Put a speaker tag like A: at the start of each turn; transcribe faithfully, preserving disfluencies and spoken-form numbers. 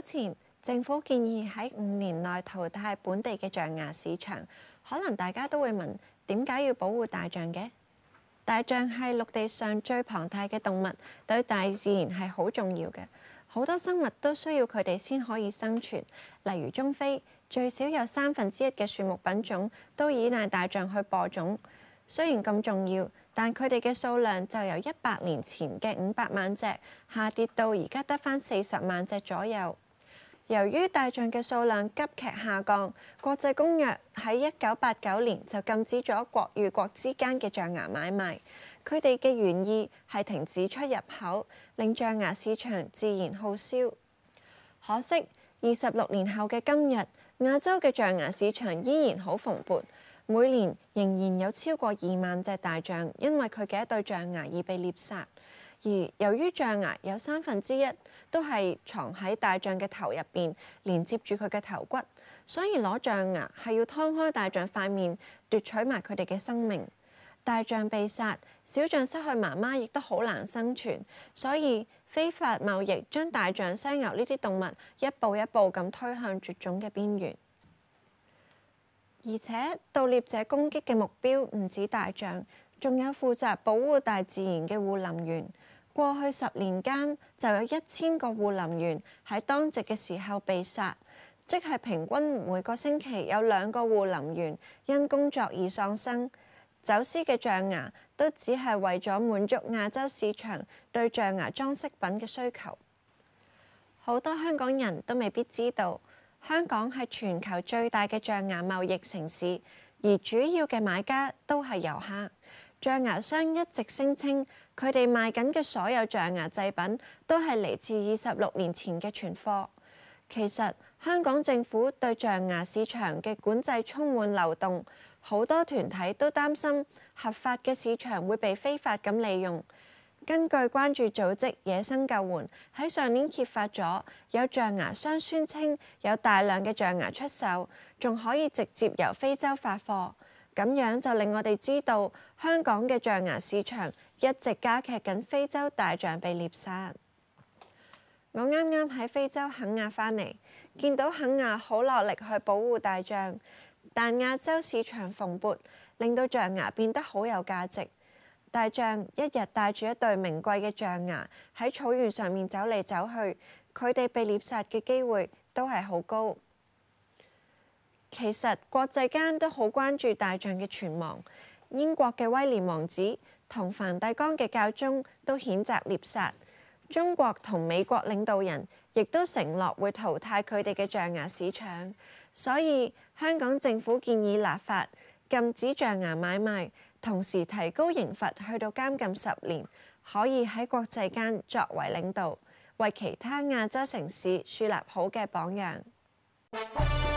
A: 前，政府建議喺五年內淘汰本地嘅象牙市場。可能大家都會問，點解要保護大象嘅？大象係陸地上最龐大嘅動物，對大自然係好重要嘅。好多生物都需要佢哋先可以生存，例如中非，最少有三分之一嘅樹木品種都依賴大象去播種。雖然咁重要，但佢哋嘅數量就由一百年前嘅五百萬隻下跌到而家得返四十萬隻左右。由於大象嘅數量急劇下降，國際公約喺一九八九年就禁止咗國與國之間嘅象牙買賣。佢哋嘅原意係停止出入口，令象牙市場自然耗銷。可惜二十六年後嘅今日，亞洲嘅象牙市場依然好蓬勃，每年仍然有超過二萬隻大象因為佢嘅一對象牙而被獵殺。而由於象牙有三分之一都係藏喺大象嘅頭入邊，連接住佢嘅頭骨，所以攞象牙係要劏開大象塊面，奪取埋佢哋嘅生命。大象被殺，小象失去媽媽亦都好難生存，所以非法貿易將大象、犀牛呢啲動物一步一步咁推向絕種嘅邊緣。而且盜獵者攻擊嘅目標唔止大象，仲有負責保護大自然嘅護林員。過去十年間就有一千個護林員喺當值嘅時候被殺，即係平均每個星期有兩個護林員因工作而喪生。走私嘅象牙都只係為咗滿足亞洲市場對象牙裝飾品嘅需求。好多香港人都未必知道，香港係全球最大嘅象牙貿易城市，而主要嘅買家都係遊客。象牙商一直聲稱，佢哋賣緊嘅所有象牙製品都係嚟自二十六年前嘅存貨。其實香港政府對象牙市場嘅管制充滿漏洞，好多團體都擔心合法嘅市場會被非法咁利用。根據關注組織野生救援喺上年揭發咗，有象牙商宣稱有大量嘅象牙出售，仲可以直接由非洲發貨。咁樣就令我哋知道，香港嘅象牙市場一直加劇緊非洲大象被獵殺。我啱啱喺非洲肯亞返嚟，見到肯亞好落力去保護大象，但亞洲市場蓬勃，令到象牙變得好有價值。大象一日帶住一對名貴嘅象牙喺草原上面走嚟走去，佢哋被獵殺嘅機會都係好高。其實國際間都好關注大象嘅存亡。英國嘅威廉王子同梵蒂岡嘅教宗都譴責獵殺。中國同美國領導人亦都承諾會淘汰佢哋嘅象牙市場。所以香港政府建議立法禁止象牙買賣，同時提高刑罰去到監禁十年，可以喺國際間作為領導，為其他亞洲城市樹立好嘅榜樣。